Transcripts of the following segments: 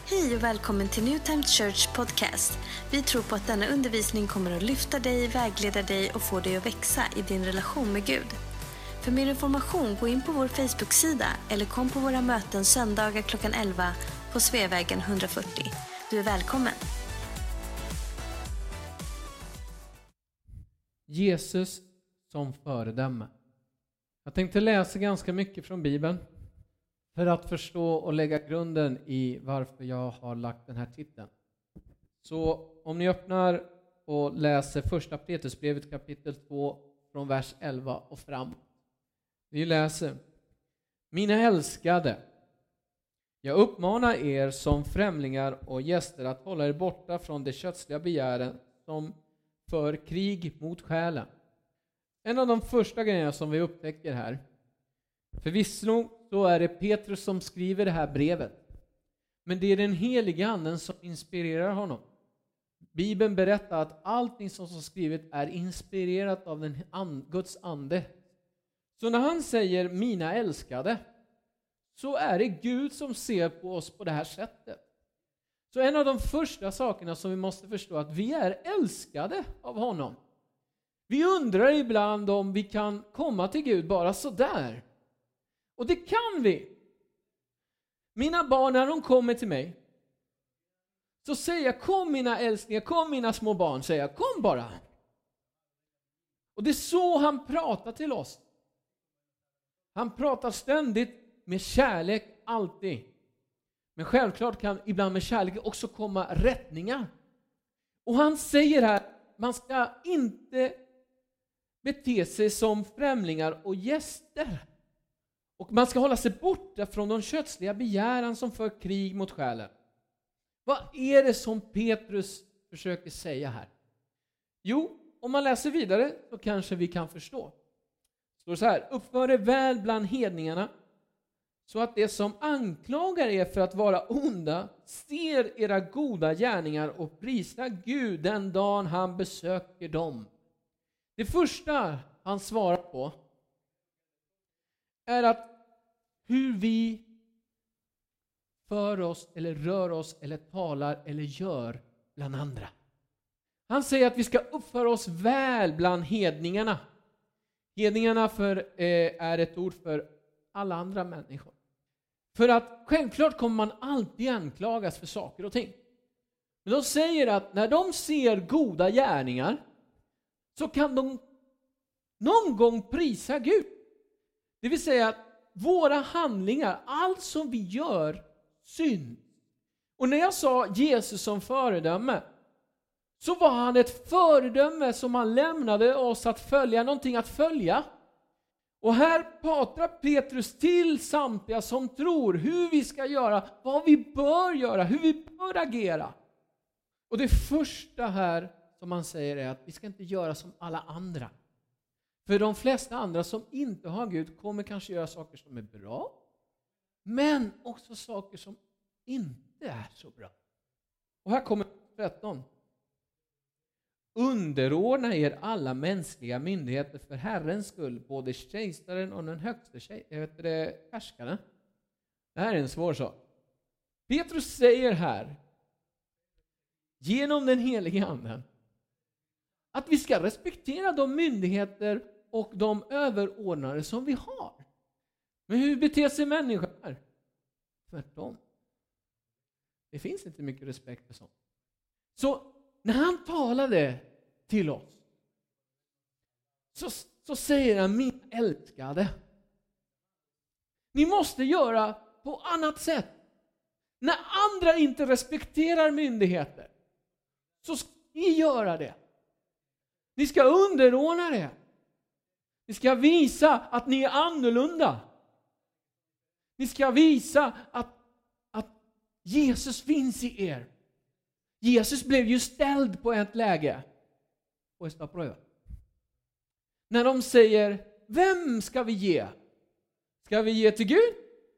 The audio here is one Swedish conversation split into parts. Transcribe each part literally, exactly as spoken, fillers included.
Hej och välkommen till New Time Church podcast. Vi tror på att denna undervisning kommer att lyfta dig, vägleda dig och få dig att växa i din relation med Gud. För mer information, gå in på vår Facebook-sida eller kom på våra möten söndagar klockan elva på Sveavägen etthundrafyrtio. Du är välkommen. Jesus som föredöme. Jag tänkte läsa ganska mycket från Bibeln för att förstå och lägga grunden i varför jag har lagt den här titeln. Så om ni öppnar och läser första Petrusbrevet kapitel två från vers elva och fram. Vi läser: Mina älskade, jag uppmanar er som främlingar och gäster att hålla er borta från de kötsliga begären som för krig mot själen. En av de första grejerna som vi upptäcker här, förvisso så är det Petrus som skriver det här brevet, men det är den heliga anden som inspirerar honom. Bibeln berättar att allting som är skrivet är inspirerat av den and, Guds ande. Så när han säger mina älskade, så är det Gud som ser på oss på det här sättet. Så en av de första sakerna som vi måste förstå är att vi är älskade av honom. Vi undrar ibland om vi kan komma till Gud bara så där. Och det kan vi. Mina barn, när de kommer till mig, så säger jag: kom mina älsklingar, kom mina små barn, säger jag, kom bara. Och det är så han pratar till oss. Han pratar ständigt med kärlek, alltid. Men självklart kan ibland med kärlek också komma rättningar. Och han säger här, man ska inte bete sig som främlingar och gäster. Och man ska hålla sig borta från de kötsliga begäran som för krig mot själen. Vad är det som Petrus försöker säga här? Jo, om man läser vidare så kanske vi kan förstå. Det står så här: uppför er väl bland hedningarna, så att det som anklagar er för att vara onda ser era goda gärningar och prisar Gud den dagen han besöker dem. Det första han svarar på är att hur vi för oss eller rör oss eller talar eller gör bland andra. Han säger att vi ska uppföra oss väl bland hedningarna. Hedningarna för, eh, är ett ord för alla andra människor. För att självklart kommer man alltid anklagas för saker och ting. Men de säger att när de ser goda gärningar så kan de någon gång prisa Gud. Det vill säga att våra handlingar, allt som vi gör, synd. Och när jag sa Jesus som föredöme, så var han ett föredöme som han lämnade oss att följa, någonting att följa. Och här pratar Petrus till samtliga som tror hur vi ska göra, vad vi bör göra, hur vi bör agera. Och det första här som man säger är att vi ska inte göra som alla andra. För de flesta andra som inte har Gud kommer kanske göra saker som är bra, men också saker som inte är så bra. Och här kommer tretton. Underordna er alla mänskliga myndigheter för Herrens skull, både kejsaren och den högsta härskaren. Det här är en svår sak. Petrus säger här, genom den heliga anden, att vi ska respektera de myndigheter och de överordnade som vi har. Men hur beter sig människor? Tvärtom. Det finns inte mycket respekt för sånt. Så när han talade till oss så, så säger han: min älskade, ni måste göra på annat sätt. När andra inte respekterar myndigheter så ska ni göra det. Ni ska underordna det. Ni ska visa att ni är annorlunda. Ni ska visa att, att Jesus finns i er. Jesus blev ju ställd på ett läge. Och está pröva. När de säger: vem ska vi ge? Ska vi ge till Gud?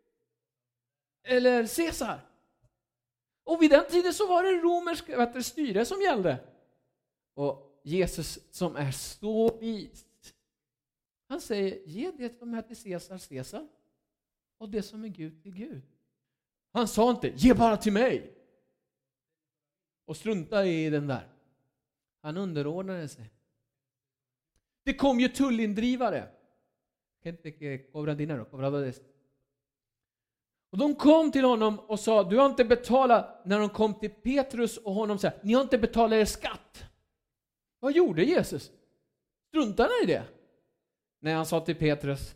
Eller Caesar? Och vid den tiden så var det romersk styre som gällde. Och Jesus som är så vis, han säger: ge det som är till Caesar, Caesar, och det som är Gud till Gud. Han sa inte: ge bara till mig. och struntade i den där. Han underordnade sig. Det kom ju tullindrivare. Gente que cobra dinero, cobradores. Och de kom till honom och sa, du har inte betalat, när de kom till Petrus och honom sa, ni har inte betalat er skatt. Vad gjorde Jesus? Struntade han i det? När han sa till Petrus,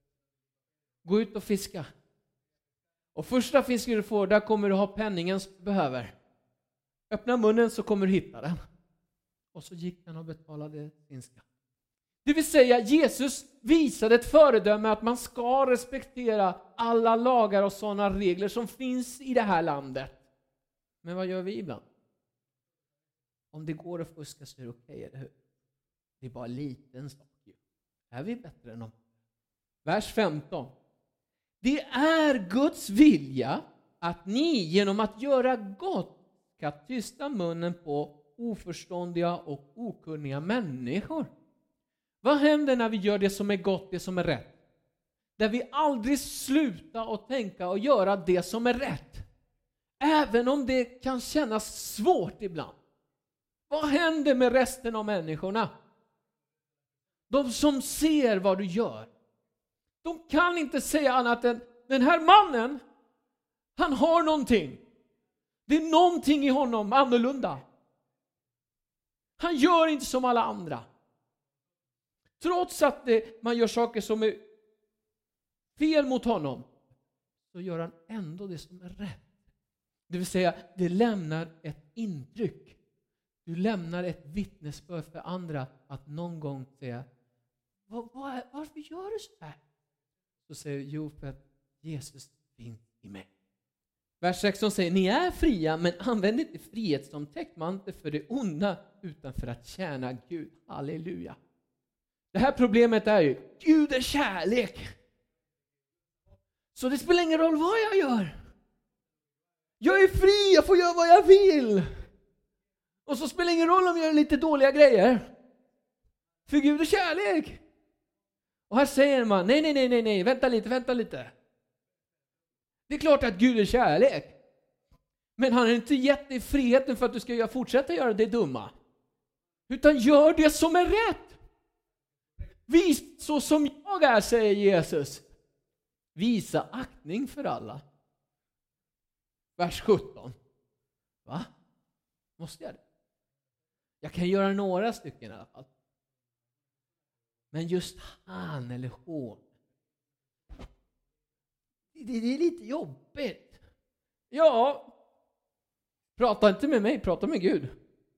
gå ut och fiska. Och första fisken du får, där kommer du ha penningen som du behöver. Öppna munnen så kommer du hitta den. Och så gick han och betalade sin skatt. Det vill säga, Jesus visade ett föredöme att man ska respektera alla lagar och sådana regler som finns i det här landet. Men vad gör vi ibland? Om det går att fuska så är det okej, eller hur? Det är bara en liten sak. Är vi bättre än dem? Vers femton. Det är Guds vilja att ni genom att göra gott ska tysta munnen på oförståndiga och okunniga människor. Vad händer när vi gör det som är gott, det som är rätt? Där vi aldrig slutar att tänka och göra det som är rätt. Även om det kan kännas svårt ibland. Vad händer med resten av människorna? De som ser vad du gör. De kan inte säga annat än, den här mannen, han har någonting. Det är någonting i honom annorlunda. Han gör inte som alla andra. Trots att det, man gör saker som är fel mot honom, så gör han ändå det som är rätt. Det vill säga, det lämnar ett intryck. Du lämnar ett vittnesbörd för andra att någon gång säga, var, var, varför gör du så här? Så säger jo, för att Jesus finns i mig. Vers sexton säger, ni är fria, men använd inte frihet som täckmantel för det onda, utan för att tjäna Gud. Halleluja. Det här problemet är ju, Gud är kärlek. Så det spelar ingen roll vad jag gör. Jag är fri, jag får göra vad jag vill. Och så spelar det ingen roll om jag gör lite dåliga grejer. För Gud är kärlek. Och här säger man, nej, nej, nej, nej, nej, vänta lite, vänta lite. Det är klart att Gud är kärlek. Men han har inte gett dig friheten för att du ska fortsätta göra det dumma. Utan gör det som är rätt. Vis så som jag är, säger Jesus. Visa aktning för alla. Vers sjutton. Va? Måste jag det? Jag kan göra några stycken i alla fall. Men just han eller hon. Det, det är lite jobbigt. Ja. Prata inte med mig, prata med Gud.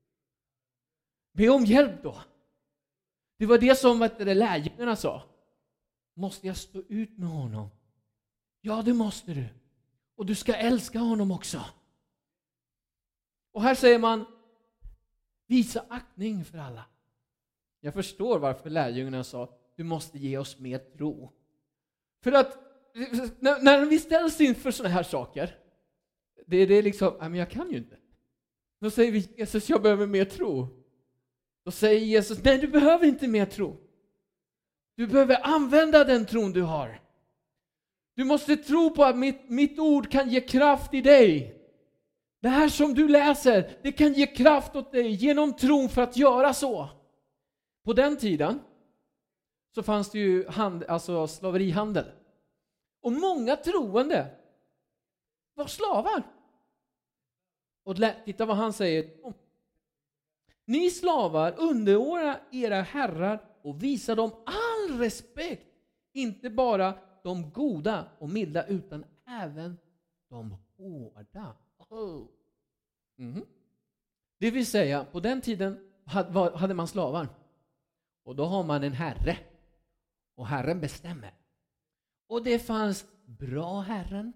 Be om hjälp då. Det var det som vad det lärjungarna sa. Måste jag stå ut med honom? Ja, det måste du. Och du ska älska honom också. Och här säger man, visa aktning för alla. Jag förstår varför lärjungarna sa, du måste ge oss mer tro. För att när, när vi ställs inför såna här saker, det är det liksom, nej men jag kan ju inte. Då säger vi, Jesus, jag behöver mer tro. Då säger Jesus, nej du behöver inte mer tro. Du behöver använda den tron du har. Du måste tro på att mitt, mitt ord kan ge kraft i dig. Det här som du läser, det kan ge kraft åt dig genom tron för att göra så. På den tiden så fanns det ju hand, alltså slaverihandel. Och många troende var slavar. Och titta vad han säger. Ni slavar, underordna era herrar och visa dem all respekt. Inte bara de goda och milda utan även de hårda. Oh. Mm. Det vill säga, på den tiden hade man slavar. Och då har man en herre. Och herren bestämmer. Och det fanns bra herren.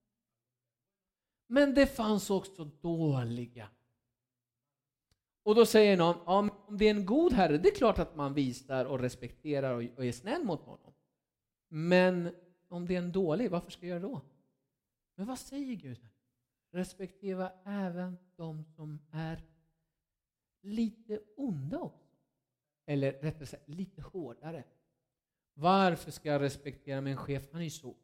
Men det fanns också dåliga. Och då säger någon, ja, om det är en god herre, det är klart att man visar och respekterar och är snäll mot honom. Men om det är en dålig, varför ska jag göra då? Men vad säger Gud? Respektera även de som är lite onda också. Eller rättare sagt, lite hårdare. Varför ska jag respektera min chef? Han är så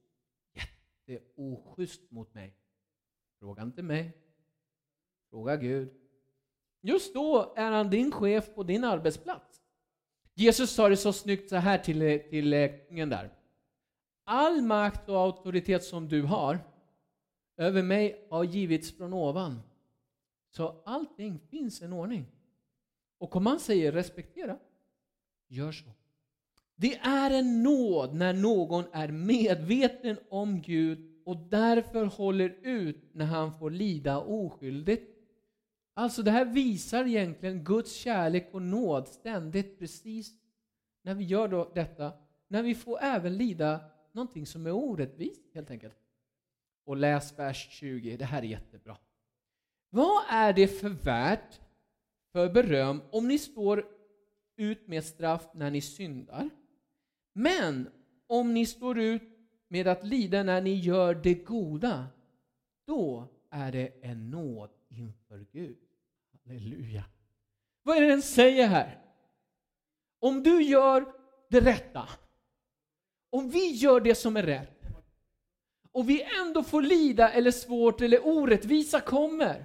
jätteoschysst mot mig. Fråga inte mig. Fråga Gud. just då är han din chef på din arbetsplats. Jesus sa det så snyggt så här till, till kungen där. All makt och auktoritet som du har över mig har givits från ovan. Så allting finns en ordning. Och om man säger respektera, gör så. Det är en nåd när någon är medveten om Gud och därför håller ut när han får lida oskyldigt. Alltså det här visar egentligen Guds kärlek och nåd ständigt precis när vi gör då detta. När vi får även lida någonting som är orättvist helt enkelt. Och läs vers tjugo, det här är jättebra. Vad är det för värt för beröm om ni står ut med straff när ni syndar? Men om ni står ut med att lida när ni gör det goda, då är det en nåd inför Gud. Halleluja. Vad är det den säger här? Om du gör det rätta, om vi gör det som är rätt, och vi ändå får lida eller svårt eller orättvisa kommer,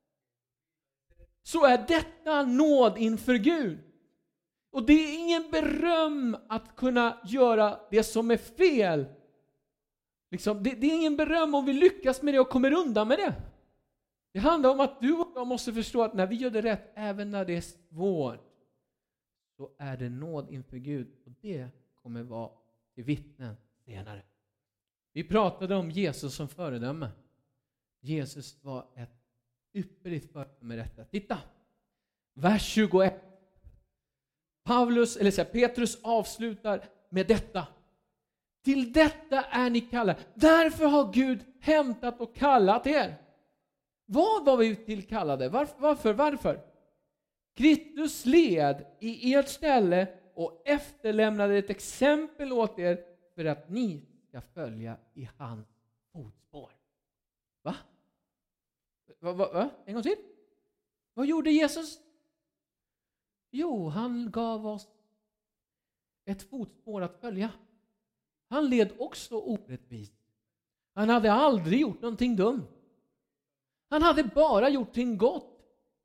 så är detta nåd inför Gud. Och det är ingen beröm att kunna göra det som är fel. Liksom, det, det är ingen beröm om vi lyckas med det och kommer undan med det. Det handlar om att du och jag måste förstå att när vi gör det rätt, även när det är svårt, så är det nåd inför Gud. Och det kommer vara till vittnen senare. Vi pratade om Jesus som föredöme. Jesus var ett ypperligt föredöme med detta. Titta! Vers tjugoett. Paulus, eller så här, Petrus avslutar med detta. Till detta är ni kallade. Därför har Gud hämtat och kallat er. Vad var vi tillkallade? Varför? Varför? Varför? Kristus led i ert ställe och efterlämnade ett exempel åt er för att ni ska följa i hans fotspår. Va? Va, va, va? En gång till. Vad gjorde Jesus? Jo, han gav oss ett fotspår att följa. Han led också orättvist. Han hade aldrig gjort någonting dumt. Han hade bara gjort någonting gott.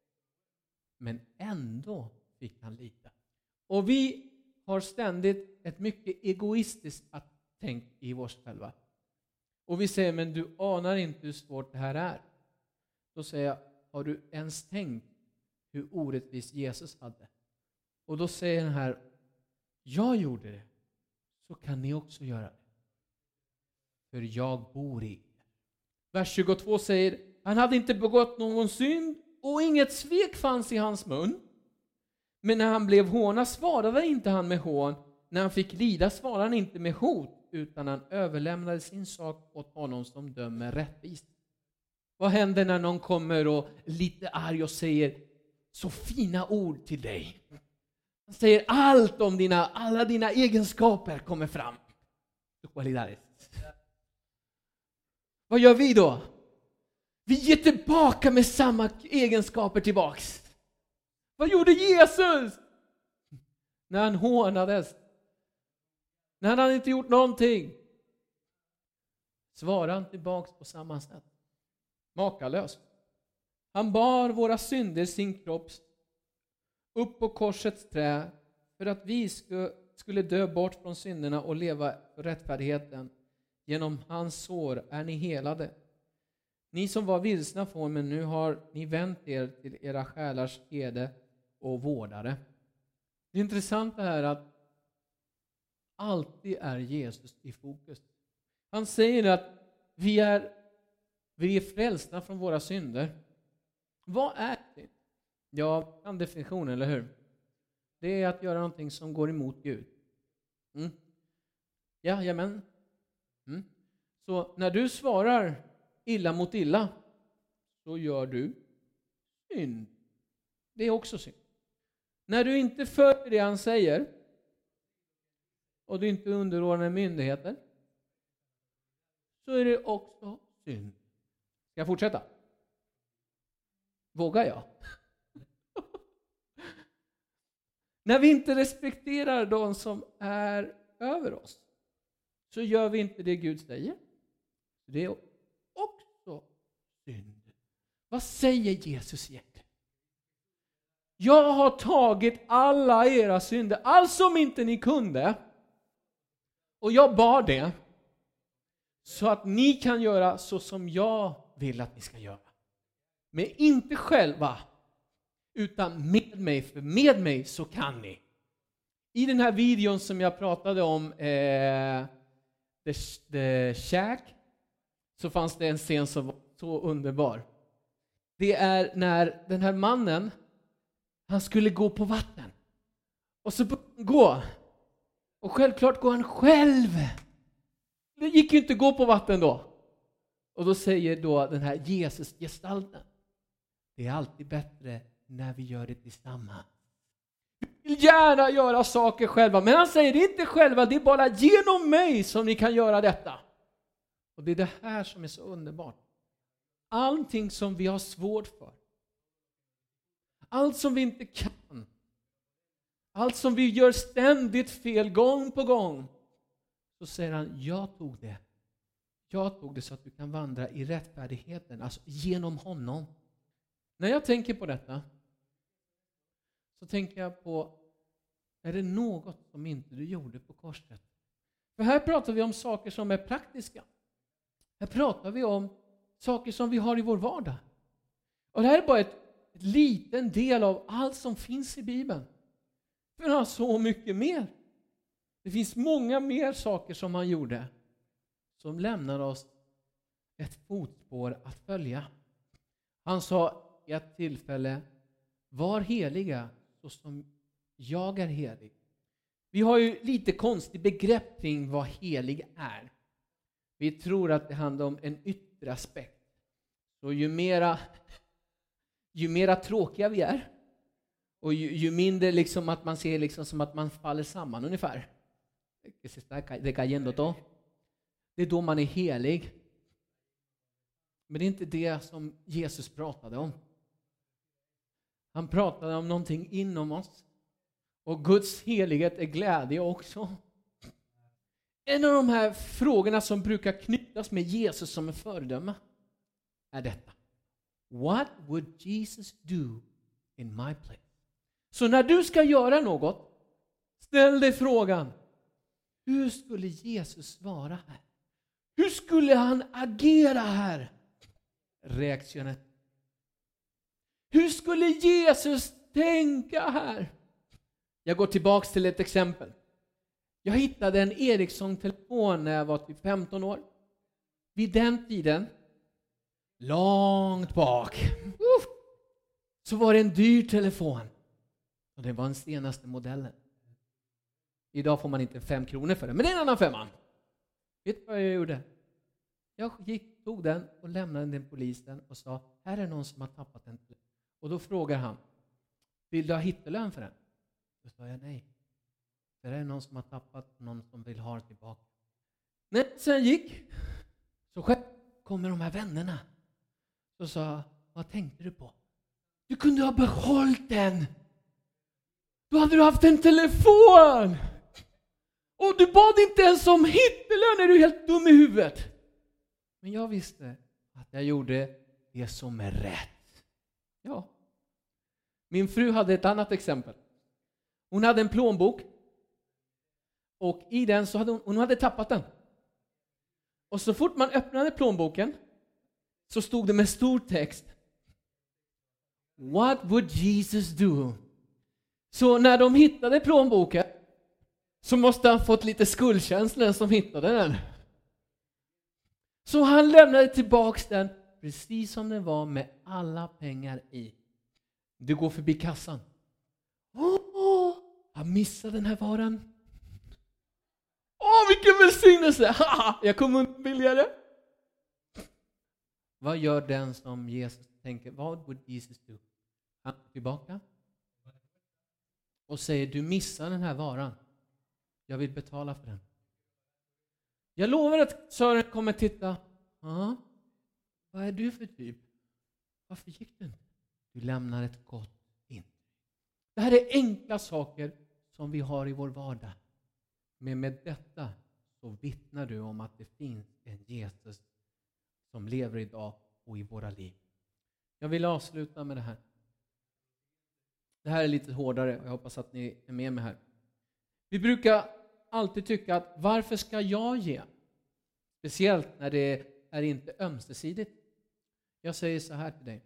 Men ändå fick han lida. Och vi har ständigt ett mycket egoistiskt att tänka i oss själva. Och vi säger, men du anar inte hur svårt det här är. Då säger jag, har du ens tänkt hur orättvist Jesus hade? Och då säger den här, jag gjorde det, så kan ni också göra det. För jag bor i er. Vers tjugotvå säger, han hade inte begått någon synd och inget svek fanns i hans mun. Men när han blev hånad svarade inte han med hån. När han fick lida svarade han inte med hot, utan han överlämnade sin sak åt honom som dömer rättvist. Vad händer när någon kommer och lite arg och säger så fina ord till dig? Han säger allt om dina, alla dina egenskaper kommer fram. Vad gör vi då? Vi ger tillbaka med samma egenskaper tillbaks. Vad gjorde Jesus? När han hånades. När han hade inte gjort någonting. Svarade han tillbaks på samma sätt. Makalöst. Han bar våra synder sin kropp upp på korsets trä för att vi skulle dö bort från synderna och leva för rättfärdigheten. Genom hans sår är ni helade. Ni som var vilsna från, men nu har ni vänt er till era själars herde och vårdare. Det intressanta är att alltid är Jesus i fokus. Han säger att vi är, vi är frälsta från våra synder. Vad är det? Ja, en definition, eller hur? Det är att göra någonting som går emot Gud. Mm. Ja, jamen. Mm. Så när du svarar illa mot illa, så gör du synd. Det är också synd. När du inte följer det han säger och du inte underordnar myndigheter, så är det också synd. Ska jag fortsätta? Vågar jag? När vi inte respekterar de som är över oss, så gör vi inte det Gud säger. Det är också synd. Vad säger Jesus egentligen? Jag har tagit alla era synder, allt som inte ni kunde. Och jag bad det. Så att ni kan göra så som jag vill att ni ska göra. Men inte själva, utan med mig. För med mig så kan ni. I den här videon som jag pratade om, eh, The, the Shack, så fanns det en scen som var så underbar. Det är när den här mannen, han skulle gå på vatten. Och så gå. Och självklart går han själv. Det gick ju inte att gå på vatten då. Och då säger då den här Jesus-gestalten: det är alltid bättre när vi gör det tillsammans. Vi vill gärna göra saker själva. Men han säger, det är inte själva, det är bara genom mig som ni kan göra detta. Och det är det här som är så underbart. Allting som vi har svårt för. Allt som vi inte kan. Allt som vi gör ständigt fel gång på gång. Så säger han, jag tog det. Jag tog det så att du kan vandra i rättfärdigheten. Alltså genom honom. När jag tänker på detta, så tänker jag på, är det något som inte du gjorde på korset? För här pratar vi om saker som är praktiska. Här pratar vi om saker som vi har i vår vardag. Och det här är bara ett, ett liten del av allt som finns i Bibeln. För han har så mycket mer. Det finns många mer saker som han gjorde, som lämnar oss ett fotspår att följa. Han sa i ett tillfälle, var heliga så som jag är helig. Vi har ju lite konstigt begrepp kring vad helig är. Vi tror att det handlar om en yttre aspekt. Så ju mera, ju mera tråkiga vi är, och ju, ju mindre liksom att man ser liksom som att man faller samman ungefär. Det är då man är helig. Men det är inte det som Jesus pratade om. Han pratade om någonting inom oss. Och Guds helighet är glädje också. En av de här frågorna som brukar knytas med Jesus som en föredöme är detta. What would Jesus do in my place? Så när du ska göra något, ställ dig frågan, hur skulle Jesus vara här? Hur skulle han agera här? Reaktionen. Hur skulle Jesus tänka här? Jag går tillbaks till ett exempel. Jag hittade en Ericsson-telefon när jag var typ femton år. Vid den tiden, långt bak, så var det en dyr telefon. Och det var den senaste modellen. Idag får man inte fem kronor för det, men det är en annan femman. Vet du vad jag gjorde? Jag gick, tog den och lämnade den till polisen och sa, här är någon som har tappat den. Och då frågar han, vill du ha hittelön för den? Då sa jag nej. Det är någon som har tappat, någon som vill ha tillbaka. När jag sen gick, så själv kommer de här vännerna. Så sa, vad tänkte du på? Du kunde ha behållit den. Då hade du haft en telefon. Och du bad inte ens om hittelön, är du helt dum i huvudet. Men jag visste att jag gjorde det som är rätt. Ja. Min fru hade ett annat exempel. Hon hade en plånbok. Och i den så hade hon, hon hade tappat den. Och så fort man öppnade plånboken så stod det med stor text. What would Jesus do? Så när de hittade plånboken så måste han fått lite skuldkänsla som hittade den. Så han lämnade tillbaks den precis som den var med alla pengar i. Du går förbi kassan. Åh, oh, jag missade den här varan. Åh, oh, vilken välsignelse! Jag kommer undan billigare. Vad gör den som Jesus tänker? Vad would Jesus do? Han går tillbaka och säger, du missar den här varan. Jag vill betala för den. Jag lovar att Sören kommer titta. Ja, vad är du för typ? Varför gick du inte? Du lämnar ett gott intryck. Det här är enkla saker som vi har i vår vardag. Men med detta så vittnar du om att det finns en Jesus som lever idag och i våra liv. Jag vill avsluta med det här. Det här är lite hårdare och jag hoppas att ni är med mig här. Vi brukar alltid tycka att varför ska jag ge? Speciellt när det är inte ömsesidigt. Jag säger så här till dig.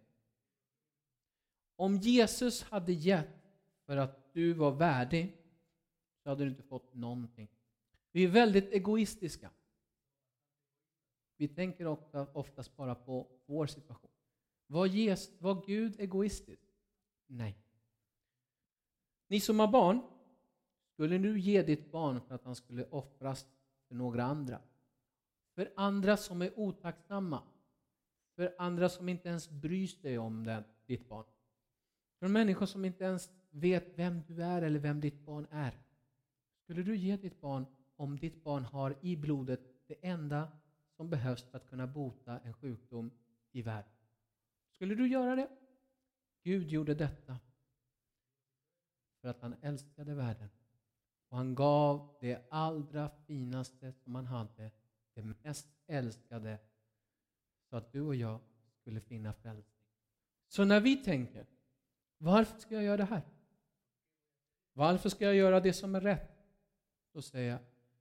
Om Jesus hade gett för att du var värdig så hade du inte fått någonting. Vi är väldigt egoistiska. Vi tänker ofta, oftast bara på vår situation. Var, Jesus, var Gud egoistisk? Nej. Ni som har barn, skulle du ge ditt barn för att han skulle offras för några andra? För andra som är otacksamma. För andra som inte ens bryr sig om det, ditt barn. För människor som inte ens vet vem du är eller vem ditt barn är. Skulle du ge ditt barn om ditt barn har i blodet det enda som behövs för att kunna bota en sjukdom i världen? Skulle du göra det? Gud gjorde detta för att han älskade världen. Och han gav det allra finaste som han hade, det mest älskade, så att du och jag skulle finna frälsning. Så när vi tänker, varför ska jag göra det här? Varför ska jag göra det som är rätt? Då säger jag,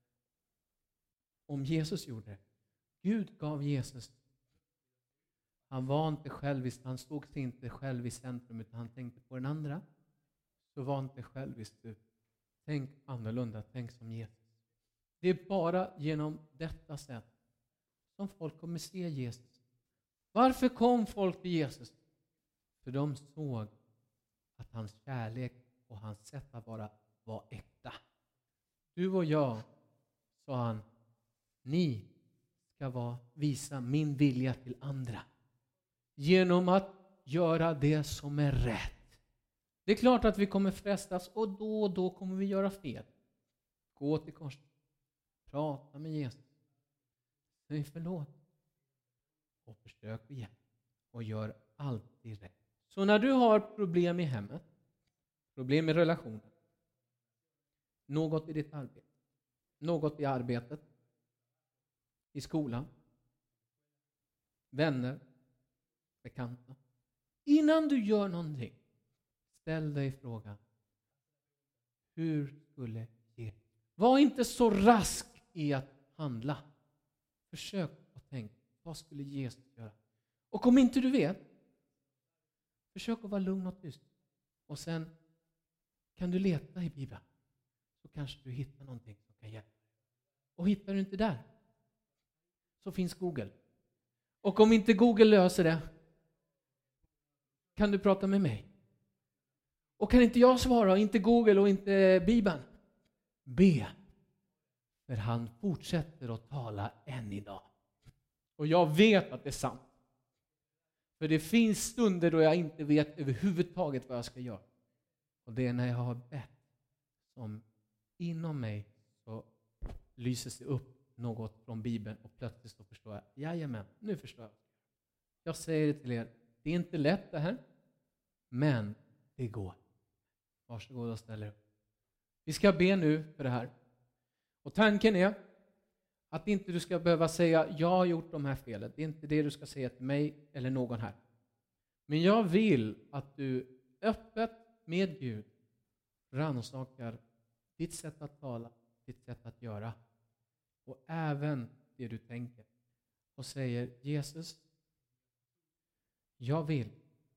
om Jesus gjorde det. Gud gav Jesus. Han var inte självisk, han stod inte själv i centrum utan han tänkte på den andra. Så var inte självisk du. Tänk annorlunda, tänk som Jesus. Det är bara genom detta sätt som folk kommer se Jesus. Varför kom folk till Jesus? För de såg att hans kärlek och hans sätt att vara var äkta. Du och jag, sa han, ni ska vara, visa min vilja till andra. Genom att göra det som är rätt. Det är klart att vi kommer frestas och då och då kommer vi göra fel. Gå till korset. Prata med Jesus. Säg förlåt. Och försök igen. Och gör alltid rätt. Så när du har problem i hemmet, problem i relationen, något i ditt arbete, något i arbetet, i skolan, vänner, bekanta. Innan du gör någonting, ställ dig frågan, hur skulle det? Var inte så rask i att handla. Försök att tänka, vad skulle Jesus göra? Och om inte du vet, försök att vara lugn och tyst. Och sen kan du leta i Bibeln. Så kanske du hittar någonting som kan hjälpa. Och hittar du inte där, så finns Google. Och om inte Google löser det, kan du prata med mig. Och kan inte jag svara, inte Google och inte Bibeln, be. För han fortsätter att tala än idag. Och jag vet att det är sant. För det finns stunder då jag inte vet överhuvudtaget vad jag ska göra. Och det är när jag har bett som inom mig så lyser sig upp något från Bibeln och plötsligt så förstår jag, jajamän, nu förstår jag. Jag säger det till er, det är inte lätt det här, men det går. Varsågod och ställ er upp. Vi ska be nu för det här. Och tanken är att inte du ska behöva säga, jag har gjort de här felen. Det är inte det du ska säga till mig eller någon här. Men jag vill att du öppet med Gud rannsakar ditt sätt att tala, ditt sätt att göra. Och även det du tänker. Och säger, Jesus, jag vill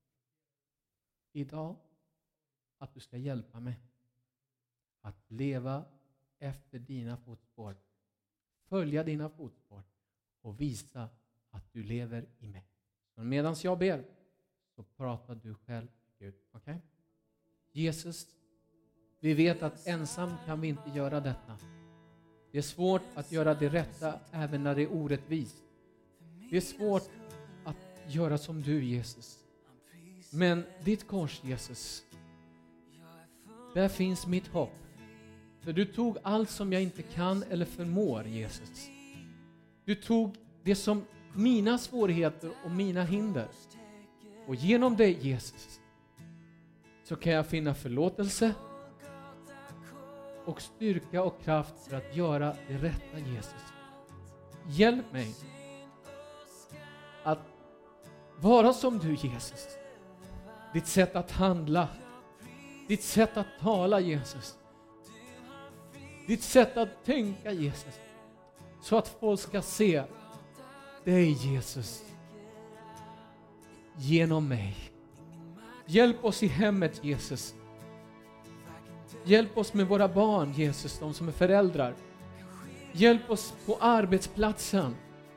idag att du ska hjälpa mig att leva efter dina fotspår. Följa dina fotspår och visa att du lever i mig. Så medan jag ber så pratar du själv Gud. Okej? Okay? Jesus, vi vet att ensam kan vi inte göra detta. Det är svårt att göra det rätta även när det är orättvist. Det är svårt att göra som du, Jesus. Men ditt kors, Jesus, där finns mitt hopp. För du tog allt som jag inte kan eller förmår, Jesus. Du tog det som mina svårigheter och mina hinder. Och genom dig, Jesus, så kan jag finna förlåtelse och styrka och kraft för att göra det rätta, Jesus. Hjälp mig att vara som du, Jesus. Ditt sätt att handla, Ditt sätt att tala, Jesus. Ditt sätt att tänka, Jesus. Så att folk ska se dig, Jesus, genom mig. Hjälp oss i hemmet, Jesus. Hjälp oss med våra barn, Jesus, de som är föräldrar. Hjälp oss på arbetsplatsen.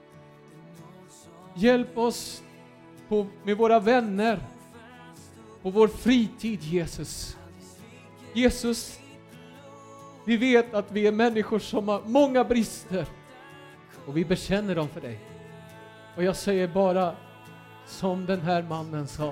Hjälp oss på, med våra vänner. På vår fritid, Jesus. Jesus, vi vet att vi är människor som har många brister. Och vi bekänner dem för dig. Och jag säger bara som den här mannen sa.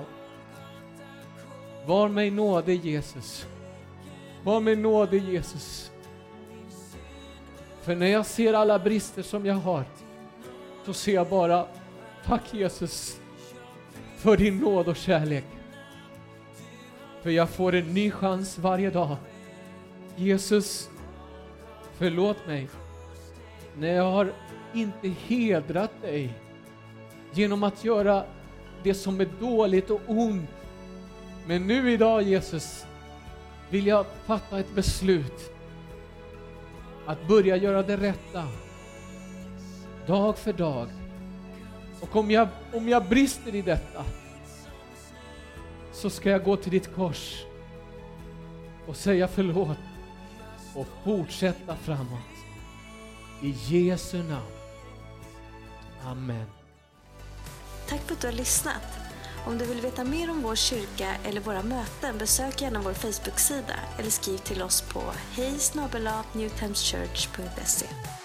Var mig nådig, Jesus. Var mig nådig, Jesus. För när jag ser alla brister som jag har, så ser jag bara, tack Jesus för din nåd och kärlek. För jag får en ny chans varje dag. Jesus, förlåt mig när jag har inte hedrat dig genom att göra det som är dåligt och ont. Men nu idag, Jesus, vill jag fatta ett beslut att börja göra det rätta dag för dag. Och om jag, om jag brister i detta, så ska jag gå till ditt kors och säga förlåt och fortsätta framåt. I Jesu namn. Amen. Tack för att du har lyssnat. Om du vill veta mer om vår kyrka eller våra möten, besök gärna vår Facebook-sida eller skriv till oss på hej snabel-a newtimeschurch punkt se.